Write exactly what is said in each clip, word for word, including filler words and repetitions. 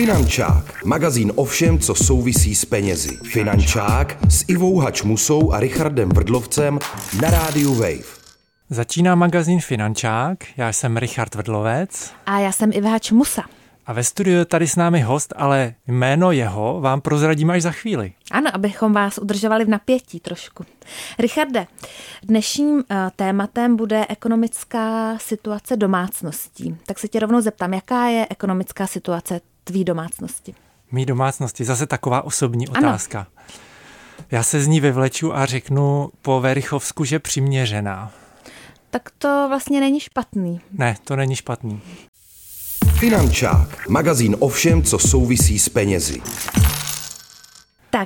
Finančák, magazín o všem, co souvisí s penězi. Finančák s Ivou Hačmusou a Richardem Vrdlovcem na rádiu Wave. Začíná magazín Finančák, já jsem Richard Vrdlovec. A já jsem Iva Hačmusa. A ve studiu je tady s námi host, ale jméno jeho vám prozradíme až za chvíli. Ano, abychom vás udržovali v napětí trošku. Richarde, dnešním tématem bude ekonomická situace domácností. Tak se tě rovnou zeptám, jaká je ekonomická situace tvý domácnosti? Mý domácnosti, zase taková osobní otázka. Ano. Já se z ní vyvleču a řeknu po Verichovsku, že přiměřená. Tak to vlastně není špatný. Ne, to není špatný. Finančák, magazín o všem, co souvisí s penězi. Tak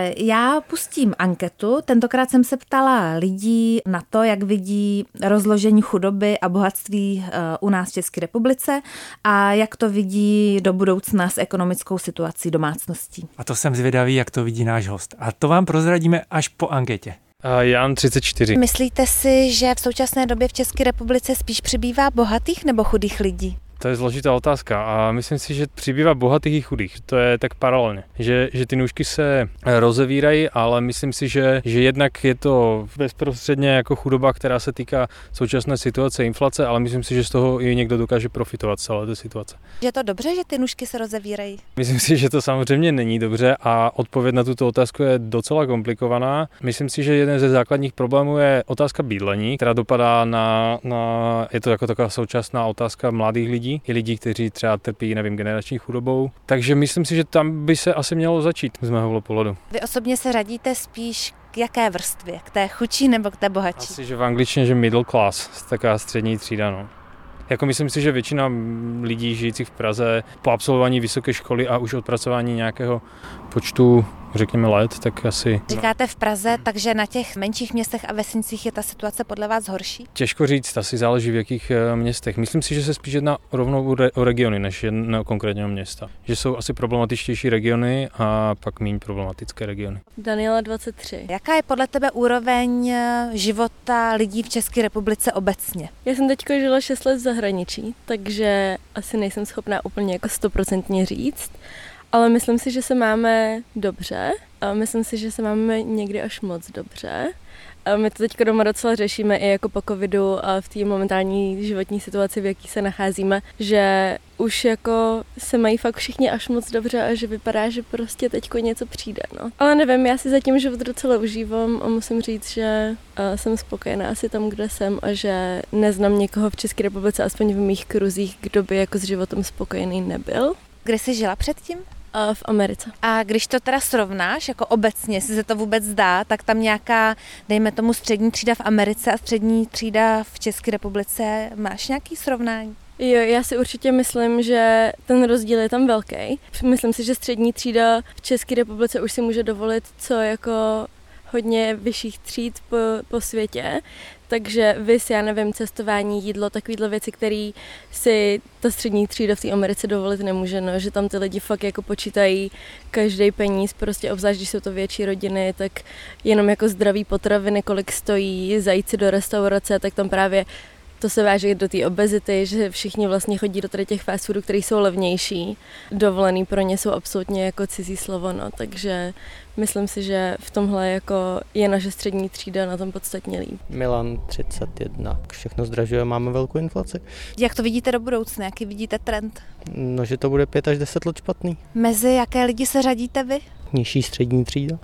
já pustím anketu. Tentokrát jsem se ptala lidí na to, jak vidí rozložení chudoby a bohatství u nás v České republice a jak to vidí do budoucna s ekonomickou situací domácností. A to jsem zvědavý, jak to vidí náš host. A to vám prozradíme až po anketě. Jan třicet čtyři. Myslíte si, že v současné době v České republice spíš přibývá bohatých nebo chudých lidí? To je zložitá otázka a myslím si, že přibývá bohatých i chudých. To je tak paralelně, že, že ty nůžky se rozevírají, ale myslím si, že, že jednak je to bezprostředně jako chudoba, která se týká současné situace inflace, ale myslím si, že z toho i někdo dokáže profitovat z celé té situace. Je to dobře, že ty nůžky se rozevírají? Myslím si, že to samozřejmě není dobře a odpověď na tuto otázku je docela komplikovaná. Myslím si, že jeden ze základních problémů je otázka bydlení, která dopadá na, na je to jako taková současná otázka mladých lidí, i lidí, kteří třeba trpí, nevím, generační chudobou. Takže myslím si, že tam by se asi mělo začít z mého pohledu. Vy osobně se řadíte spíš k jaké vrstvě? K té chudší nebo k té bohatší? Asi, že v angličtině, že middle class, taková střední třída, no. Jako myslím si, že většina lidí žijících v Praze po absolvování vysoké školy a už odpracování nějakého počtu, řekněme, let, tak asi... Říkáte v Praze, takže na těch menších městech a vesnicích je ta situace podle vás horší? Těžko říct, asi záleží v jakých městech. Myslím si, že se spíš jedná rovnou o regiony, než jedno konkrétního města. Že jsou asi problematičtější regiony a pak méně problematické regiony. Daniela dvacet tři. Jaká je podle tebe úroveň života lidí v České republice obecně? Já jsem teďko žila šest let v zahraničí, takže asi nejsem schopná úplně jako stoprocentně říct. Ale myslím si, že se máme dobře a myslím si, že se máme někdy až moc dobře. A my to teď doma docela řešíme i jako po covidu a v té momentální životní situaci, v jaký se nacházíme, že už jako se mají fakt všichni až moc dobře a že vypadá, že prostě teďko něco přijde, no. Ale nevím, já si zatím život docela užívám a musím říct, že jsem spokojená asi tam, kde jsem a že neznám někoho v České republice, aspoň v mých kruzích, kdo by jako s životem spokojený nebyl. Kde jsi žila předtím? V Americe. A když to teda srovnáš, jako obecně, jestli se to vůbec dá, tak tam nějaká, dejme tomu, střední třída v Americe a střední třída v České republice, máš nějaký srovnání? Jo, já si určitě myslím, že ten rozdíl je tam velký. Myslím si, že střední třída v České republice už si může dovolit co jako hodně vyšších tříd po, po světě, takže vys, já nevím, cestování, jídlo, takovýhle věci, které si ta střední třída v té Americe dovolit nemůže, no, že tam ty lidi fakt jako počítají každý peníz, prostě obzvlášť, když jsou to větší rodiny, tak jenom jako zdraví potraviny, kolik stojí zajít si do restaurace, tak tam právě to se váže do té obezity, že všichni vlastně chodí do tady těch fast foodů, které jsou levnější. Dovolený pro ně jsou absolutně jako cizí slovo, no, takže myslím si, že v tomhle jako je naše střední třída na tom podstatně líp. Milan třicet jedna. Všechno zdražuje, máme velkou inflaci. Jak to vidíte do budoucna? Jaký vidíte trend? No, že to bude pět až deset let špatný. Mezi jaké lidi se řadíte vy? Nižší střední třída.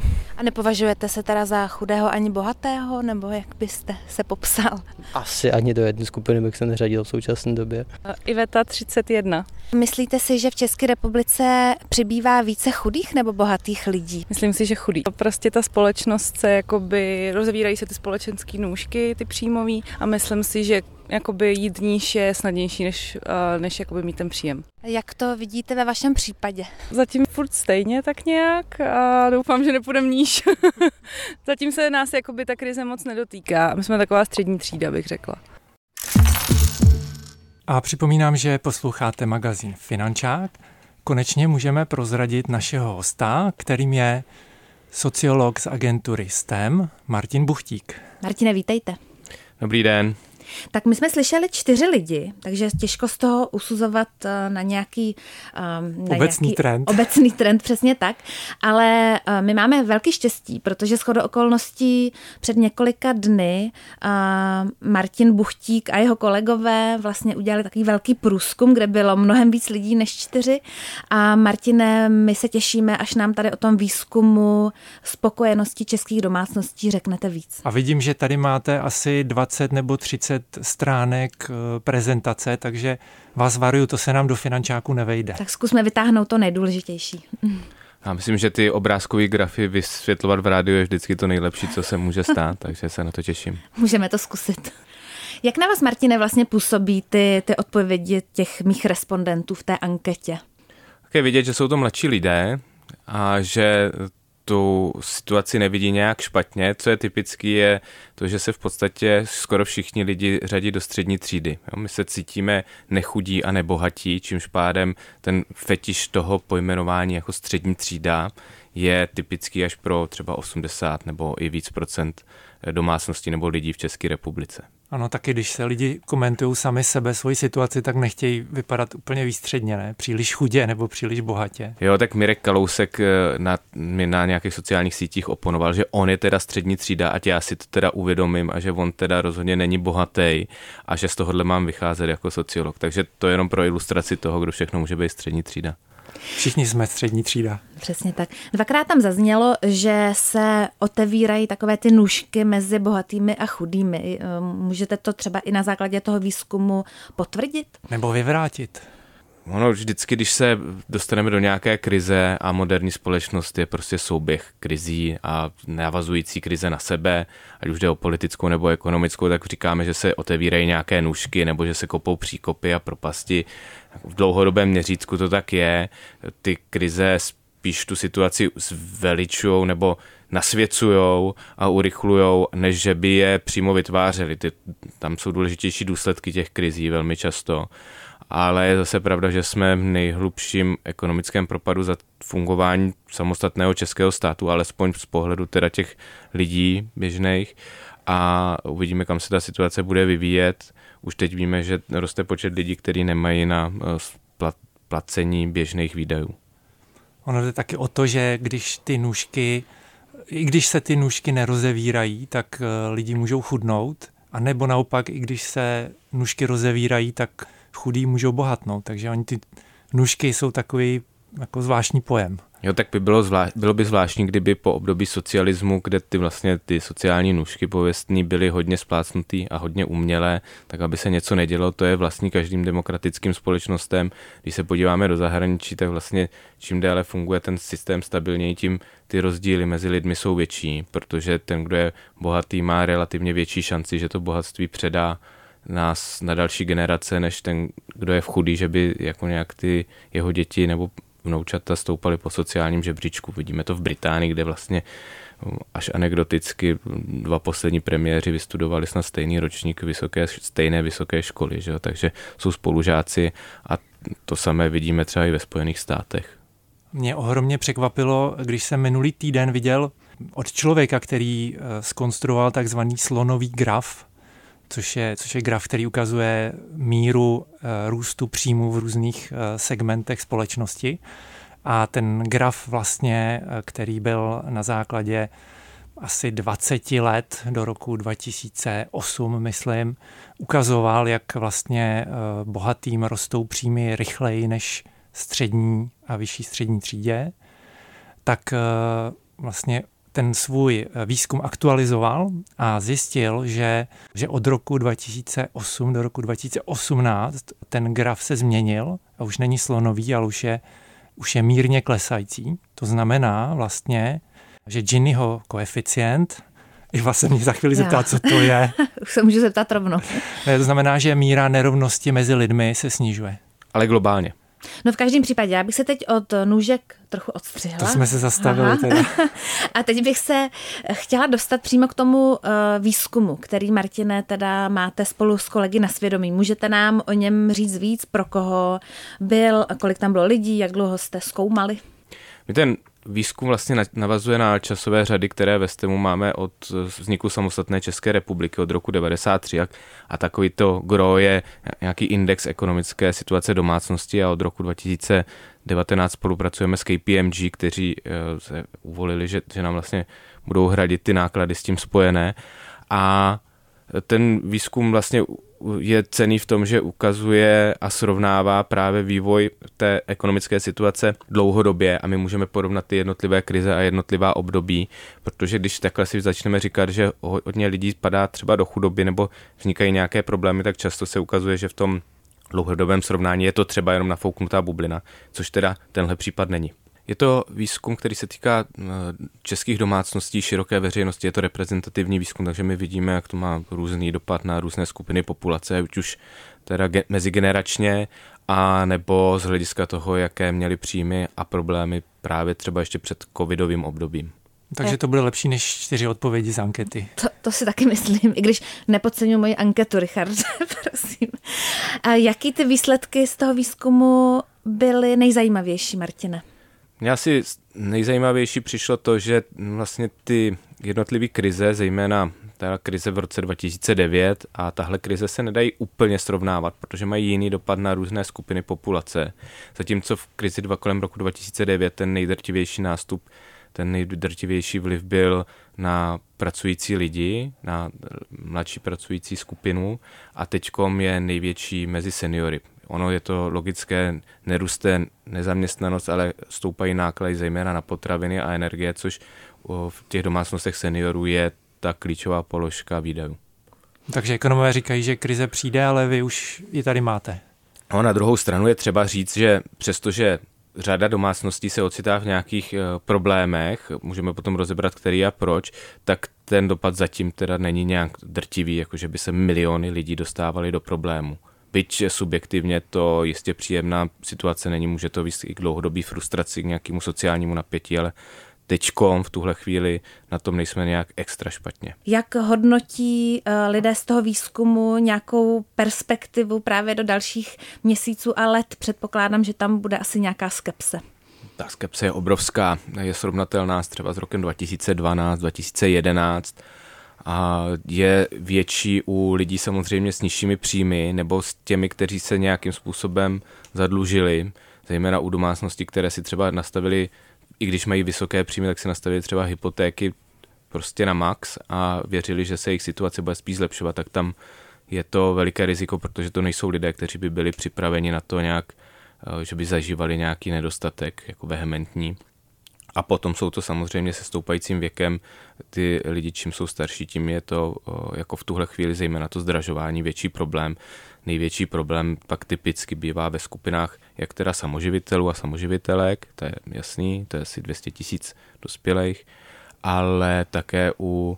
A nepovažujete se teda za chudého ani bohatého, nebo jak byste se popsal? Asi ani do jedné skupiny bych se neřadil v současné době. Iveta třicet jedna. Myslíte si, že v České republice přibývá více chudých nebo bohatých lidí? Myslím si, že chudý. Prostě ta společnost se jakoby rozevírají se ty společenské nůžky, ty příjmový, a myslím si, že jakoby jít níž je snadnější, než, než jakoby mít ten příjem. Jak to vidíte ve vašem případě? Zatím furt stejně tak nějak a doufám, že nepůjdem níž. Zatím se nás jakoby ta krize moc nedotýká. My jsme taková střední třída, bych řekla. A připomínám, že posloucháte magazín Finančák. Konečně můžeme prozradit našeho hosta, kterým je sociolog z agentury S T E M, Martin Buchtík. Martine, vítejte. Dobrý den. Tak my jsme slyšeli čtyři lidi, takže těžko z toho usuzovat na nějaký, na obecný nějaký trend. Obecný trend, přesně tak. Ale my máme velký štěstí, protože shodou okolností před několika dny Martin Buchtík a jeho kolegové vlastně udělali takový velký průzkum, kde bylo mnohem víc lidí než čtyři. A Martine, my se těšíme, až nám tady o tom výzkumu spokojenosti českých domácností řeknete víc. A vidím, že tady máte asi dvacet nebo třicet stránek prezentace, takže vás varuju, to se nám do finančáku nevejde. Tak zkusme vytáhnout to nejdůležitější. Já myslím, že ty obrázkové grafy vysvětlovat v rádiu je vždycky to nejlepší, co se může stát, takže se na to těším. Můžeme to zkusit. Jak na vás, Martine, vlastně působí ty, ty odpovědi těch mých respondentů v té anketě? Tak je vidět, že jsou to mladší lidé a že tu situaci nevidí nějak špatně. Co je typický, je to, že se v podstatě skoro všichni lidi řadí do střední třídy. My se cítíme nechudí a nebohatí, čímž pádem ten fetiš toho pojmenování jako střední třída je typický až pro třeba osmdesát nebo i víc procent domácností nebo lidí v České republice. Ano, taky když se lidi komentují sami sebe, svoji situaci, tak nechtějí vypadat úplně výstředně, ne? Příliš chudě nebo příliš bohatě. Jo, tak Mirek Kalousek na, mi na nějakých sociálních sítích oponoval, že on je teda střední třída, ať já si to teda uvědomím a že on teda rozhodně není bohatý a že z tohohle mám vycházet jako sociolog. Takže to je jenom pro ilustraci toho, kdo všechno může být střední třída. Všichni jsme střední třída. Přesně tak. Dvakrát tam zaznělo, že se otevírají takové ty nůžky mezi bohatými a chudými. Můžete to třeba i na základě toho výzkumu potvrdit? Nebo vyvrátit? Ono vždycky, když se dostaneme do nějaké krize a moderní společnost je prostě souběh krizí a navazující krize na sebe, ať už jde o politickou nebo ekonomickou, tak říkáme, že se otevírají nějaké nůžky nebo že se kopou příkopy a propasti. V dlouhodobém měřítku to tak je. Ty krize spíš tu situaci zveličujou nebo nasvěcujou a urychlujou, než že by je přímo vytvářely. Ty, tam jsou důležitější důsledky těch krizí velmi často. Ale je zase pravda, že jsme v nejhlubším ekonomickém propadu za fungování samostatného českého státu, alespoň z pohledu teda těch lidí běžných, a uvidíme, kam se ta situace bude vyvíjet. Už teď víme, že roste počet lidí, kteří nemají na placení běžných výdajů. Ono jde taky o to, že když ty nůžky, i když se ty nůžky nerozevírají, tak lidi můžou chudnout, a nebo naopak, i když se nůžky rozevírají, tak chudí můžou bohatnout, takže oni ty nůžky jsou takový jako zvláštní pojem. Jo, tak by bylo, zvlá- bylo by zvláštní, kdyby po období socialismu, kde ty vlastně ty sociální nůžky pověstný byly hodně splácnutý a hodně umělé, tak aby se něco nedělo, to je vlastní každým demokratickým společnostem. Když se podíváme do zahraničí, tak vlastně čím déle funguje ten systém stabilněji, tím ty rozdíly mezi lidmi jsou větší, protože ten, kdo je bohatý, má relativně větší šanci, že to bohatství předá nás na další generace, než ten, kdo je v chudý, že by jako nějak ty jeho děti nebo vnoučata stoupaly po sociálním žebříčku. Vidíme to v Británii, kde vlastně až anekdoticky dva poslední premiéři vystudovali snad stejný ročník vysoké, stejné vysoké školy, že? Takže jsou spolužáci a to samé vidíme třeba i ve Spojených státech. Mě ohromně překvapilo, když jsem minulý týden viděl od člověka, který zkonstruoval takzvaný slonový graf, což je, což je graf, který ukazuje míru e, růstu příjmů v různých e, segmentech společnosti. A ten graf vlastně, e, který byl na základě asi dvacet let do roku dva tisíce osm, myslím, ukazoval, jak vlastně e, bohatým rostou příjmy rychleji než střední a vyšší střední třídě, tak e, vlastně ten svůj výzkum aktualizoval a zjistil, že, že od roku dva tisíce osm do roku dva tisíce osmnáct ten graf se změnil a už není slonový, ale už je, už je mírně klesající. To znamená vlastně, že Giniho koeficient, Iva se mě za chvíli zeptá, co to je. Už se můžu zeptat rovnou. To znamená, že míra nerovnosti mezi lidmi se snižuje. Ale globálně. No v každém případě, já bych se teď od nůžek trochu odstřihla. To jsme se zastavili teda. A teď bych se chtěla dostat přímo k tomu uh, výzkumu, který, Martine, teda máte spolu s kolegy na svědomí. Můžete nám o něm říct víc, pro koho byl, kolik tam bylo lidí, jak dlouho jste zkoumali? My ten výzkum vlastně navazuje na časové řady, které ve STEMu máme od vzniku samostatné České republiky od roku devadesát tři a takový to gro je nějaký index ekonomické situace domácnosti a od roku dva tisíce devatenáct spolupracujeme s K P M G, kteří se uvolili, že, že nám vlastně budou hradit ty náklady s tím spojené a ten výzkum vlastně je cenný v tom, že ukazuje a srovnává právě vývoj té ekonomické situace dlouhodobě a my můžeme porovnat ty jednotlivé krize a jednotlivá období, protože když takhle si začneme říkat, že hodně lidí padá třeba do chudoby nebo vznikají nějaké problémy, tak často se ukazuje, že v tom dlouhodobém srovnání je to třeba jenom nafouknutá bublina, což teda tenhle případ není. Je to výzkum, který se týká českých domácností, široké veřejnosti, je to reprezentativní výzkum, takže my vidíme, jak to má různý dopad na různé skupiny populace, ať už teda ge- mezigeneračně, a nebo z hlediska toho, jaké měly příjmy a problémy právě třeba ještě před covidovým obdobím. Takže to bude lepší než čtyři odpovědi z ankety. To, to si taky myslím, i když nepodceňuji moji anketu, Richarde, prosím. A jaký ty výsledky z toho výzkumu byly nejzajímavější, Martine? Mně asi nejzajímavější přišlo to, že vlastně ty jednotlivé krize, zejména ta krize v roce dva tisíce devět a tahle krize se nedají úplně srovnávat, protože mají jiný dopad na různé skupiny populace. Zatímco v krizi dva kolem roku dva tisíce devět ten nejdrtivější nástup, ten nejdrtivější vliv byl na pracující lidi, na mladší pracující skupinu a teďkom je největší mezi seniory. Ono je to logické, neroste nezaměstnanost, ale stoupají náklady zejména na potraviny a energie, což v těch domácnostech seniorů je ta klíčová položka výdajů. Takže ekonomové říkají, že krize přijde, ale vy už ji tady máte. No, na druhou stranu je třeba říct, že přestože řada domácností se ocitá v nějakých problémech, můžeme potom rozebrat, který a proč, tak ten dopad zatím teda není nějak drtivý, jakože by se miliony lidí dostávali do problému. Byť subjektivně to jistě příjemná situace není, může to vést i k dlouhodobý frustraci, k nějakému sociálnímu napětí, ale teďkom v tuhle chvíli na tom nejsme nějak extra špatně. Jak hodnotí lidé z toho výzkumu nějakou perspektivu právě do dalších měsíců a let? Předpokládám, že tam bude asi nějaká skepse. Ta skepse je obrovská, je srovnatelná třeba s rokem dva tisíce dvanáct, dva tisíce jedenáct a je větší u lidí samozřejmě s nižšími příjmy nebo s těmi, kteří se nějakým způsobem zadlužili, zejména u domácností, které si třeba nastavili, i když mají vysoké příjmy, tak si nastavili třeba hypotéky prostě na max a věřili, že se jejich situace bude spíš zlepšovat, tak tam je to veliké riziko, protože to nejsou lidé, kteří by byli připraveni na to nějak, že by zažívali nějaký nedostatek jako vehementní. A potom jsou to samozřejmě se stoupajícím věkem ty lidi, čím jsou starší, tím je to jako v tuhle chvíli zejména to zdražování větší problém. Největší problém pak typicky bývá ve skupinách jak teda samoživitelů a samoživitelek, to je jasný, to je asi dvě stě tisíc dospělých, ale také u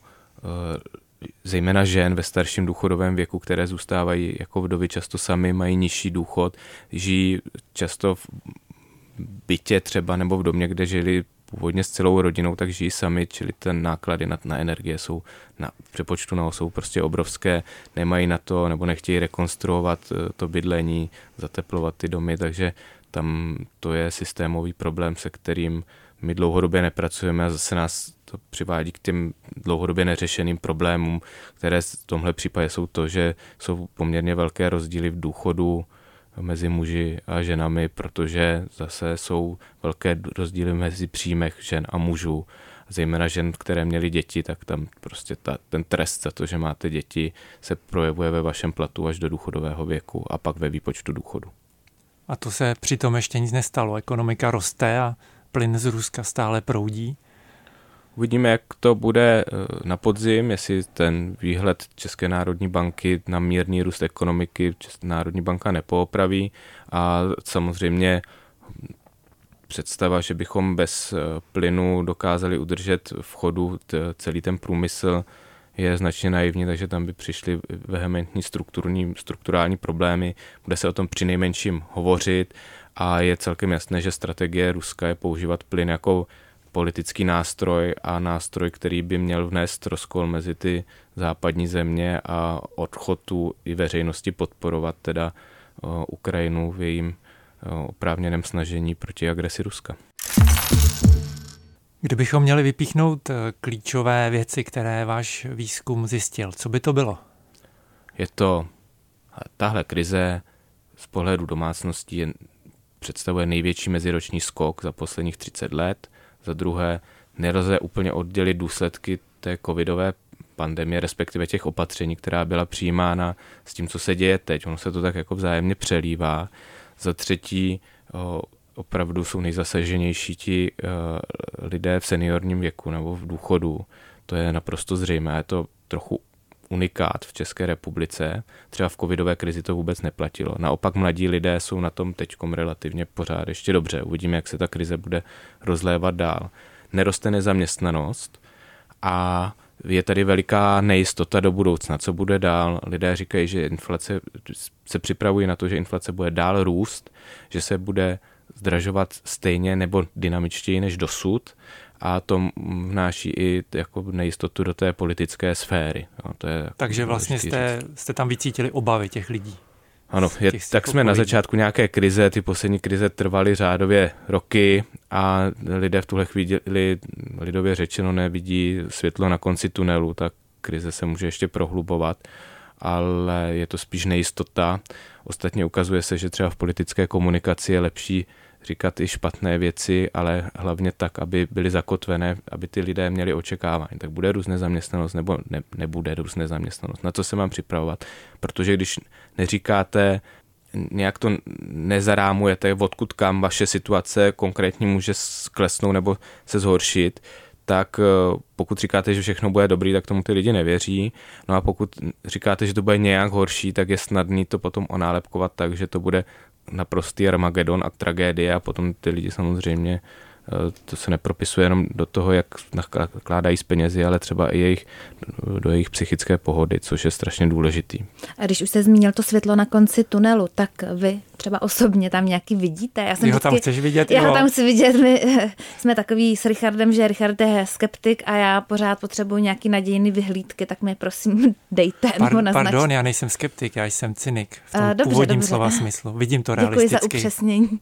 zejména žen ve starším důchodovém věku, které zůstávají jako vdovy, často sami mají nižší důchod, žijí často v bytě třeba nebo v domě, kde žili původně s celou rodinou, tak žijí sami, čili ten náklady na, na energie jsou na přepočtu na jsou prostě obrovské, nemají na to nebo nechtějí rekonstruovat to bydlení, zateplovat ty domy, takže tam to je systémový problém, se kterým my dlouhodobě nepracujeme a zase nás to přivádí k těm dlouhodobě neřešeným problémům, které v tomhle případě jsou to, že jsou poměrně velké rozdíly v důchodu mezi muži a ženami, protože zase jsou velké rozdíly mezi příjmech žen a mužů. Zejména žen, které měly děti, tak tam prostě ta, ten trest za to, že máte děti, se projevuje ve vašem platu až do důchodového věku a pak ve výpočtu důchodu. A to se přitom ještě nic nestalo. Ekonomika roste a plyn z Ruska stále proudí. Uvidíme, jak to bude na podzim, jestli ten výhled České národní banky na mírný růst ekonomiky Česká národní banka nepoopraví a samozřejmě představa, že bychom bez plynu dokázali udržet v chodu celý ten průmysl, je značně naivní, takže tam by přišly vehementní strukturální, strukturální problémy. Bude se o tom přinejmenším hovořit a je celkem jasné, že strategie Ruska je používat plyn jako politický nástroj a nástroj, který by měl vnést rozkol mezi ty západní země a odchod tu i veřejnosti podporovat teda Ukrajinu v jejím oprávněném snažení proti agresi Ruska. Kdybychom měli vypíchnout klíčové věci, které váš výzkum zjistil, co by to bylo? Je to, tahle krize z pohledu domácností je, představuje největší meziroční skok za posledních třicet let. Za druhé, nelze úplně oddělit důsledky té covidové pandemie, respektive těch opatření, která byla přijímána s tím, co se děje teď. Ono se to tak jako vzájemně přelívá. Za třetí, opravdu jsou nejzasaženější ti lidé v seniorním věku nebo v důchodu. To je naprosto zřejmé. Je to trochu unikát v České republice. Třeba v covidové krizi to vůbec neplatilo. Naopak mladí lidé jsou na tom teďkom relativně pořád ještě dobře. Uvidíme, jak se ta krize bude rozlévat dál. Neroste nezaměstnanost a je tady veliká nejistota do budoucna. Co bude dál? Lidé říkají, že inflace se připravují na to, že inflace bude dál růst, že se bude zdražovat stejně nebo dynamičtěji než dosud a to vnáší i jako nejistotu do té politické sféry. No, to je Takže vlastně jste, jste tam vycítili obavy těch lidí. Ano, je, tak jsme na začátku nějaké krize, ty poslední krize trvaly řádově roky a lidé v tuhle chvíli lidově řečeno nevidí světlo na konci tunelu, tak krize se může ještě prohlubovat, ale je to spíš nejistota. Ostatně ukazuje se, že třeba v politické komunikaci je lepší říkat i špatné věci, ale hlavně tak, aby byly zakotvené, aby ty lidé měli očekávání. Tak bude růst nezaměstnanost nebo ne, nebude růst nezaměstnanost. Na co se mám připravovat? Protože když neříkáte, nějak to nezarámujete, odkud kam vaše situace konkrétně může sklesnout nebo se zhoršit, tak pokud říkáte, že všechno bude dobrý, tak tomu ty lidi nevěří. No a pokud říkáte, že to bude nějak horší, tak je snadný to potom onálepkovat tak, že to bude naprostý Armagedon a tragédie a potom ty lidi samozřejmě, to se nepropisuje jenom do toho, jak nakládají s penězi, ale třeba i jejich, do jejich psychické pohody, což je strašně důležitý. A když už jste zmínil to světlo na konci tunelu, tak vy třeba osobně tam nějaký vidíte? Já jsem Ty ho tam chceš vidět? Já ho tam chci vidět. My jsme takový s Richardem, že Richard je skeptik a já pořád potřebuji nějaký nadějný vyhlídky, tak mi prosím dejte. Par- nebo naznačte. Pardon, já nejsem skeptik, já jsem cynik v tom dobře, původním dobře. slova smyslu. Vidím to Děkuji realisticky. za upřesnění.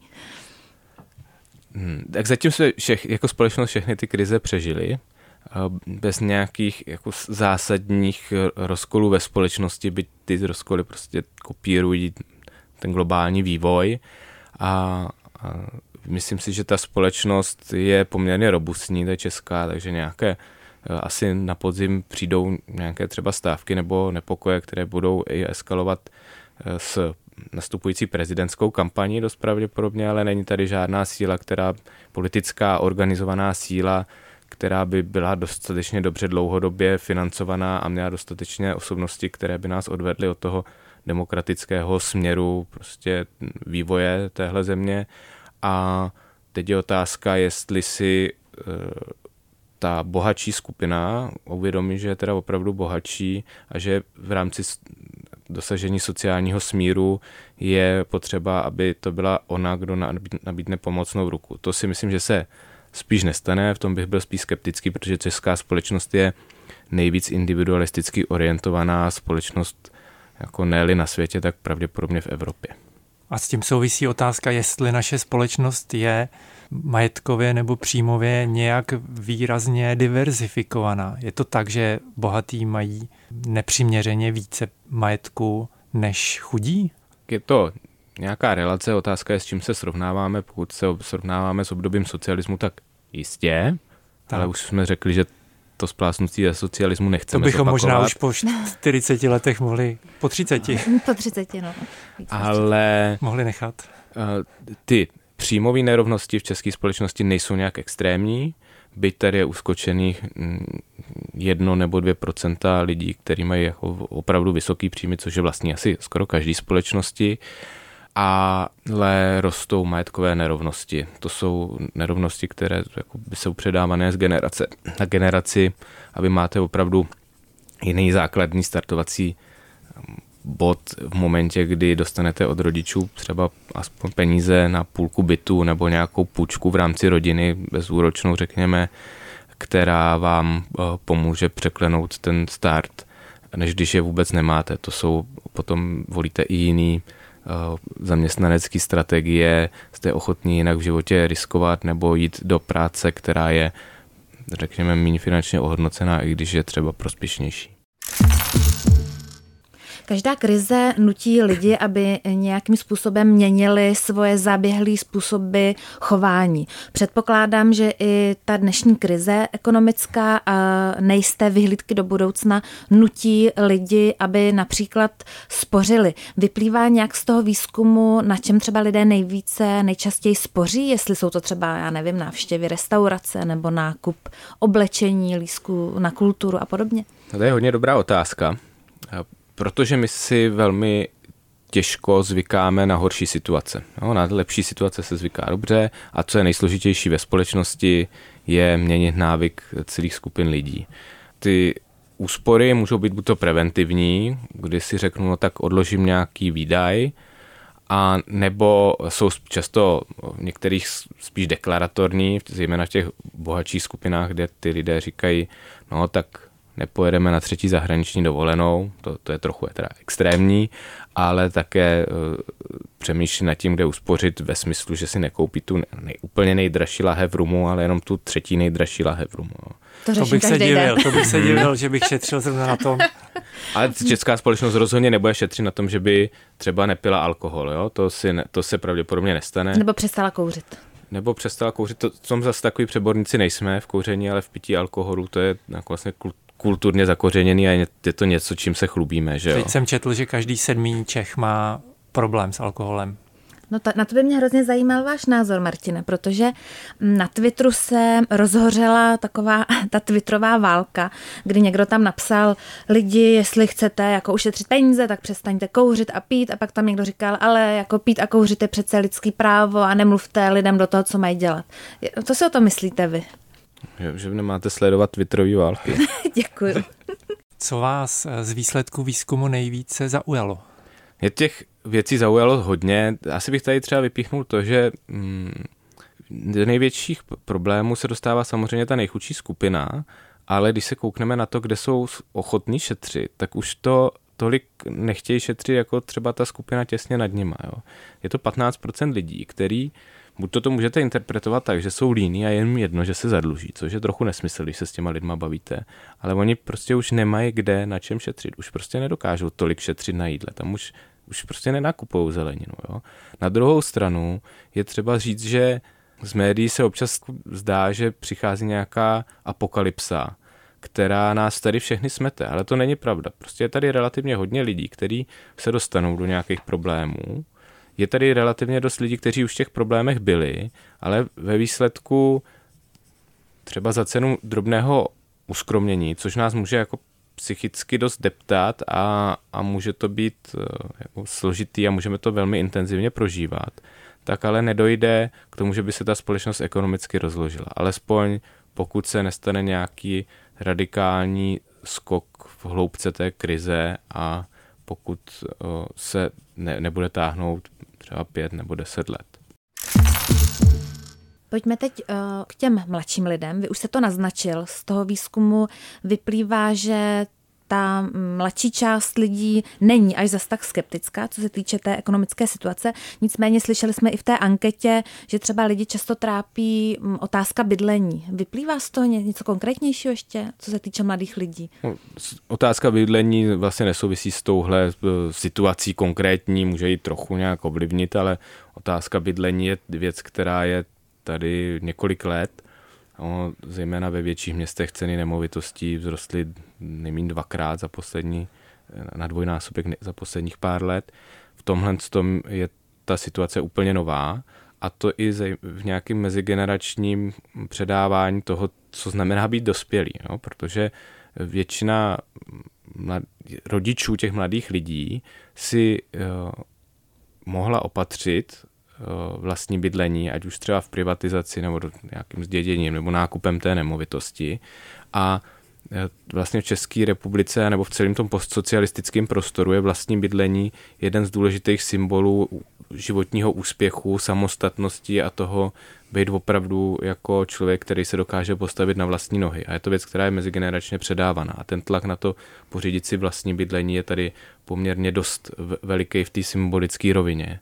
Hmm, tak zatím jsme všech, jako společnost všechny ty krize přežili. Bez nějakých jako zásadních rozkolů ve společnosti, byť ty rozkoly prostě kopírují ten globální vývoj. A, a myslím si, že ta společnost je poměrně robustní, ta je česká, takže nějaké asi na podzim přijdou nějaké třeba stávky nebo nepokoje, které budou i eskalovat s nastupující prezidentskou kampaní dost pravděpodobně, ale není tady žádná síla, která politická organizovaná síla, která by byla dostatečně dobře dlouhodobě financovaná a měla dostatečně osobnosti, které by nás odvedly od toho demokratického směru prostě vývoje téhle země. A teď je otázka, jestli si e, ta bohatší skupina uvědomí, že je teda opravdu bohatší a že v rámci dosažení sociálního smíru je potřeba, aby to byla ona, kdo nabídne pomocnou ruku. To si myslím, že se spíš nestane, v tom bych byl spíš skeptický, protože česká společnost je nejvíc individualisticky orientovaná společnost, jako ne-li na světě, tak pravděpodobně v Evropě. A s tím souvisí otázka, jestli naše společnost je majetkově nebo příjmově nějak výrazně diverzifikovaná. Je to tak, že bohatí mají nepřiměřeně více majetku než chudí? Je to nějaká relace, otázka je, s čím se srovnáváme. Pokud se srovnáváme s obdobím socialismu, tak jistě, tak. Ale už jsme řekli, že to splásnutí ze socialismu nechceme To bychom zopakovat. možná už po čtyřiceti letech mohli, po třiceti. Po třiceti, no. Ale mohli nechat. Ty příjmové nerovnosti v české společnosti nejsou nějak extrémní, byť tady je uskočených jedno nebo dvě procenta lidí, kteří mají jako opravdu vysoký příjmy, což je vlastně asi skoro každý společnosti, ale rostou majetkové nerovnosti. To jsou nerovnosti, které jako by jsou předávané z generace na generaci a vy máte opravdu jiný základní startovací bod v momentě, kdy dostanete od rodičů třeba aspoň peníze na půlku bytu nebo nějakou půjčku v rámci rodiny, bezúročnou řekněme, která vám pomůže překlenout ten start, než když je vůbec nemáte. To jsou, potom volíte i jiný zaměstnanecký strategie, jste ochotní jinak v životě riskovat nebo jít do práce, která je řekněme, méně finančně ohodnocená, i když je třeba prospěšnější. Každá krize nutí lidi, aby nějakým způsobem měnili svoje zaběhlé způsoby chování. Předpokládám, že i ta dnešní krize ekonomická a nejisté vyhlídky do budoucna nutí lidi, aby například spořili. Vyplývá nějak z toho výzkumu, na čem třeba lidé nejvíce, nejčastěji spoří, jestli jsou to třeba, já nevím, návštěvy restaurace nebo nákup oblečení, lístku na kulturu a podobně? To je hodně dobrá otázka. Protože my si velmi těžko zvykáme na horší situace. No, na lepší situace se zvyká dobře a co je nejsložitější ve společnosti, je měnit návyk celých skupin lidí. Ty úspory můžou být buď to preventivní, kdy si řeknu, no tak odložím nějaký výdaj, a nebo jsou často v některých spíš deklaratorní, zejména v těch bohatších skupinách, kde ty lidé říkají, no tak nepojedeme na třetí zahraniční dovolenou, to, to je trochu je teda extrémní, ale také uh, přemýšlí nad tím, kde uspořit ve smyslu, že si nekoupí tu nej, úplně nejdražší lahev rumu, ale jenom tu třetí nejdražší lahev rumu. To, to bych se divil, to bych se divil, že bych šetřil zrovna na tom. Ale česká společnost rozhodně nebude šetřit na tom, že by třeba nepila alkohol, jo? To, si ne, to se pravděpodobně nestane. Nebo přestala kouřit. Nebo přestala kouřit, to, v tom zase takový přeborníci nejsme v kouření, ale v pití alkoholu to je jako vlastně kult, kulturně zakořeněný a je to něco, čím se chlubíme, že jo? Teď jsem četl, že každý sedmý Čech má problém s alkoholem. No ta, na to by mě hrozně zajímal váš názor, Martine, protože na Twitteru se rozhořela taková ta twitterová válka, kdy někdo tam napsal, lidi, jestli chcete jako ušetřit peníze, tak přestaňte kouřit a pít, a pak tam někdo říkal, ale jako pít a kouřit je přece lidský právo a nemluvte lidem do toho, co mají dělat. Co si o to myslíte vy? Že, že nemáte sledovat twitterový války. Děkuju. Co vás z výsledku výzkumu nejvíce zaujalo? Je těch věcí zaujalo hodně. Asi bych tady třeba vypíchnul to, že mm, do největších problémů se dostává samozřejmě ta nejchudší skupina, ale když se koukneme na to, kde jsou ochotní šetřit, tak už to tolik nechtějí šetřit jako třeba ta skupina těsně nad nima. Jo. Je to patnáct procent lidí, který buď to, to můžete interpretovat tak, že jsou líní a je jim jedno, že se zadluží, což je trochu nesmysl, když se s těma lidma bavíte, ale oni prostě už nemají kde na čem šetřit, už prostě nedokážou tolik šetřit na jídle, tam už, už prostě nenakupují zeleninu. Jo. Na druhou stranu je třeba říct, že z médií se občas zdá, že přichází nějaká apokalypsa, která nás tady všechny smete, ale to není pravda. Prostě je tady relativně hodně lidí, kteří se dostanou do nějakých problémů. Je tady relativně dost lidí, kteří už v těch problémech byli, ale ve výsledku třeba za cenu drobného uskromnění, což nás může jako psychicky dost deptat a, a může to být jako složitý a můžeme to velmi intenzivně prožívat, tak ale nedojde k tomu, že by se ta společnost ekonomicky rozložila. Alespoň pokud se nestane nějaký radikální skok v hloubce té krize a pokud se ne, nebude táhnout třeba pět nebo deset let. Pojďme teď uh, k těm mladším lidem. Vy už jste to naznačil. Z toho výzkumu vyplývá, že ta mladší část lidí není až zas tak skeptická, co se týče té ekonomické situace. Nicméně slyšeli jsme i v té anketě, že třeba lidi často trápí otázka bydlení. Vyplývá z toho něco konkrétnějšího ještě, co se týče mladých lidí? Otázka bydlení vlastně nesouvisí s touhle situací konkrétní, může ji trochu nějak ovlivnit, ale otázka bydlení je věc, která je tady několik let. No, zejména ve větších městech ceny nemovitostí vzrostly nejméně dvakrát za poslední, na dvojnásobek za posledních pár let. V tomhle tom je ta situace úplně nová a to i v nějakém mezigeneračním předávání toho, co znamená být dospělý, no, protože většina mlad, rodičů těch mladých lidí si uh, mohla opatřit vlastní bydlení, ať už třeba v privatizaci nebo nějakým zděděním nebo nákupem té nemovitosti. A vlastně v České republice nebo v celém tom postsocialistickém prostoru je vlastní bydlení jeden z důležitých symbolů životního úspěchu, samostatnosti a toho být opravdu jako člověk, který se dokáže postavit na vlastní nohy. A je to věc, která je mezigeneračně předávaná. A ten tlak na to pořídit si vlastní bydlení je tady poměrně dost veliký v té symbolické rovině.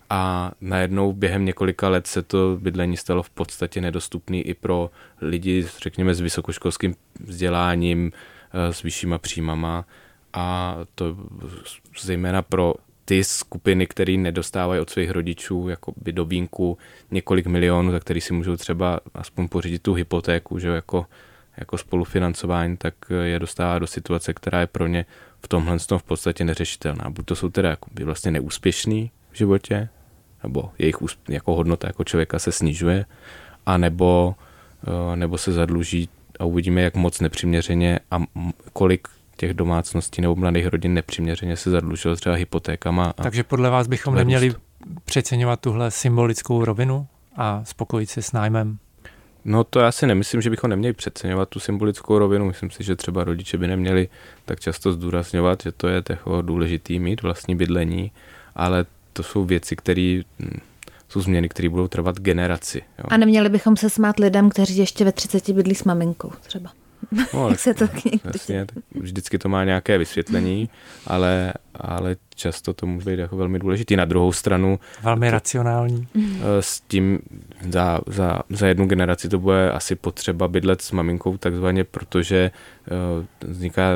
a najednou během několika let se to bydlení stalo v podstatě nedostupný i pro lidi, řekněme, s vysokoškolským vzděláním, s vyššíma příjmama a to zejména pro ty skupiny, které nedostávají od svých rodičů jako by do vínku několik milionů, za který si můžou třeba aspoň pořídit tu hypotéku, že jako, jako spolufinancování, tak je dostává do situace, která je pro ně v tomhle v podstatě neřešitelná. Buď to jsou teda jako by vlastně neúspěšný v životě, nebo jejich jako hodnota jako člověka se snižuje, anebo, nebo se zadluží a uvidíme, jak moc nepřiměřeně a kolik těch domácností nebo mladých rodin nepřiměřeně se zadlužilo třeba hypotékama. Takže podle vás bychom neměli přeceňovat tuhle symbolickou rovinu a spokojit se s nájmem? No to já si nemyslím, že bychom neměli přeceňovat tu symbolickou rovinu. Myslím si, že třeba rodiče by neměli tak často zdůrazňovat, že to je tako důležitý mít vlastní bydlení, ale to jsou věci, které jsou změny, které budou trvat generaci. Jo. A neměli bychom se smát lidem, kteří ještě ve třiceti bydlí s maminkou třeba. No, Jak se to jasně, tak vždycky to má nějaké vysvětlení, ale, ale často to může být jako velmi důležitý. Na druhou stranu... Velmi to, racionální. S tím za, za, za jednu generaci to bude asi potřeba bydlet s maminkou takzvaně, protože uh, vzniká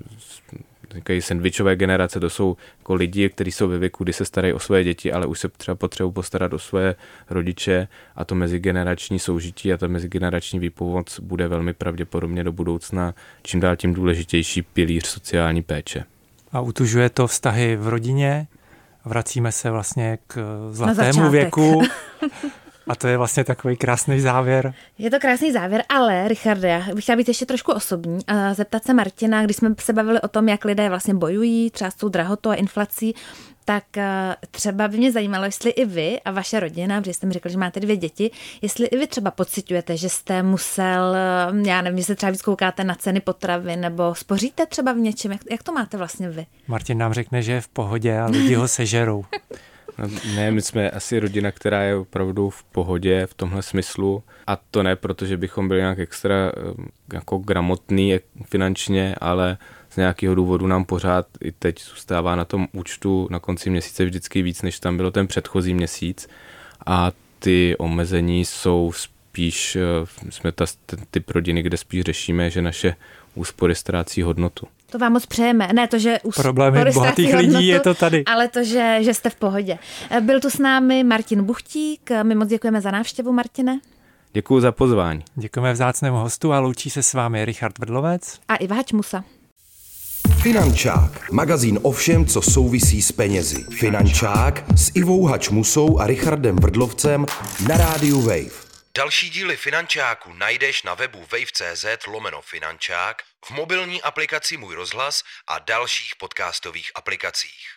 říkají sandvičové generace, to jsou jako lidi, kteří jsou ve věku, kdy se starají o své děti, ale už se třeba potřebují postarat o své rodiče a to mezigenerační soužití a ta mezigenerační výpomoc bude velmi pravděpodobně do budoucna čím dál tím důležitější pilíř sociální péče. A utužuje to vztahy v rodině, vracíme se vlastně k zlatému věku. A to je vlastně takový krásný závěr. Je to krásný závěr, ale Richarde, já bych chtěla být ještě trošku osobní a zeptat se Martina, když jsme se bavili o tom, jak lidé vlastně bojují třeba s tou drahotou a inflací, tak třeba by mě zajímalo, jestli i vy a vaše rodina, protože jste mi řekl, že máte dvě děti, jestli i vy třeba pociťujete, že jste musel, já nevím, že se třeba víc koukáte na ceny potravin, nebo spoříte třeba v něčem, jak, jak to máte vlastně vy? Martin nám řekne, že je v pohodě a lidi ho sežerou. No, ne, my jsme asi rodina, která je opravdu v pohodě v tomhle smyslu a to ne, protože bychom byli nějak extra jako gramotný finančně, ale z nějakého důvodu nám pořád i teď zůstává na tom účtu na konci měsíce vždycky víc, než tam bylo ten předchozí měsíc a ty omezení jsou spíš, jsme ta, ten typ rodiny, kde spíš řešíme, že naše úspory ztrácí hodnotu. To vám moc přejeme. Ne to, že úspory problémy bohatých lidí hodnotu, je to tady. Ale to, že, že jste v pohodě. Byl tu s námi Martin Buchtík. My moc děkujeme za návštěvu, Martine. Děkuji za pozvání. Děkujeme vzácnému hostu a loučí se s vámi Richard Vrdlovec a Iva Hačmusa. Finančák, magazín o všem, co souvisí s penězi. Finančák s Ivou Hačmusou a Richardem Vrdlovcem na rádiu Wave. Další díly Finančáku najdeš na webu wave tečka cz lomeno finančák, v mobilní aplikaci Můj rozhlas a dalších podcastových aplikacích.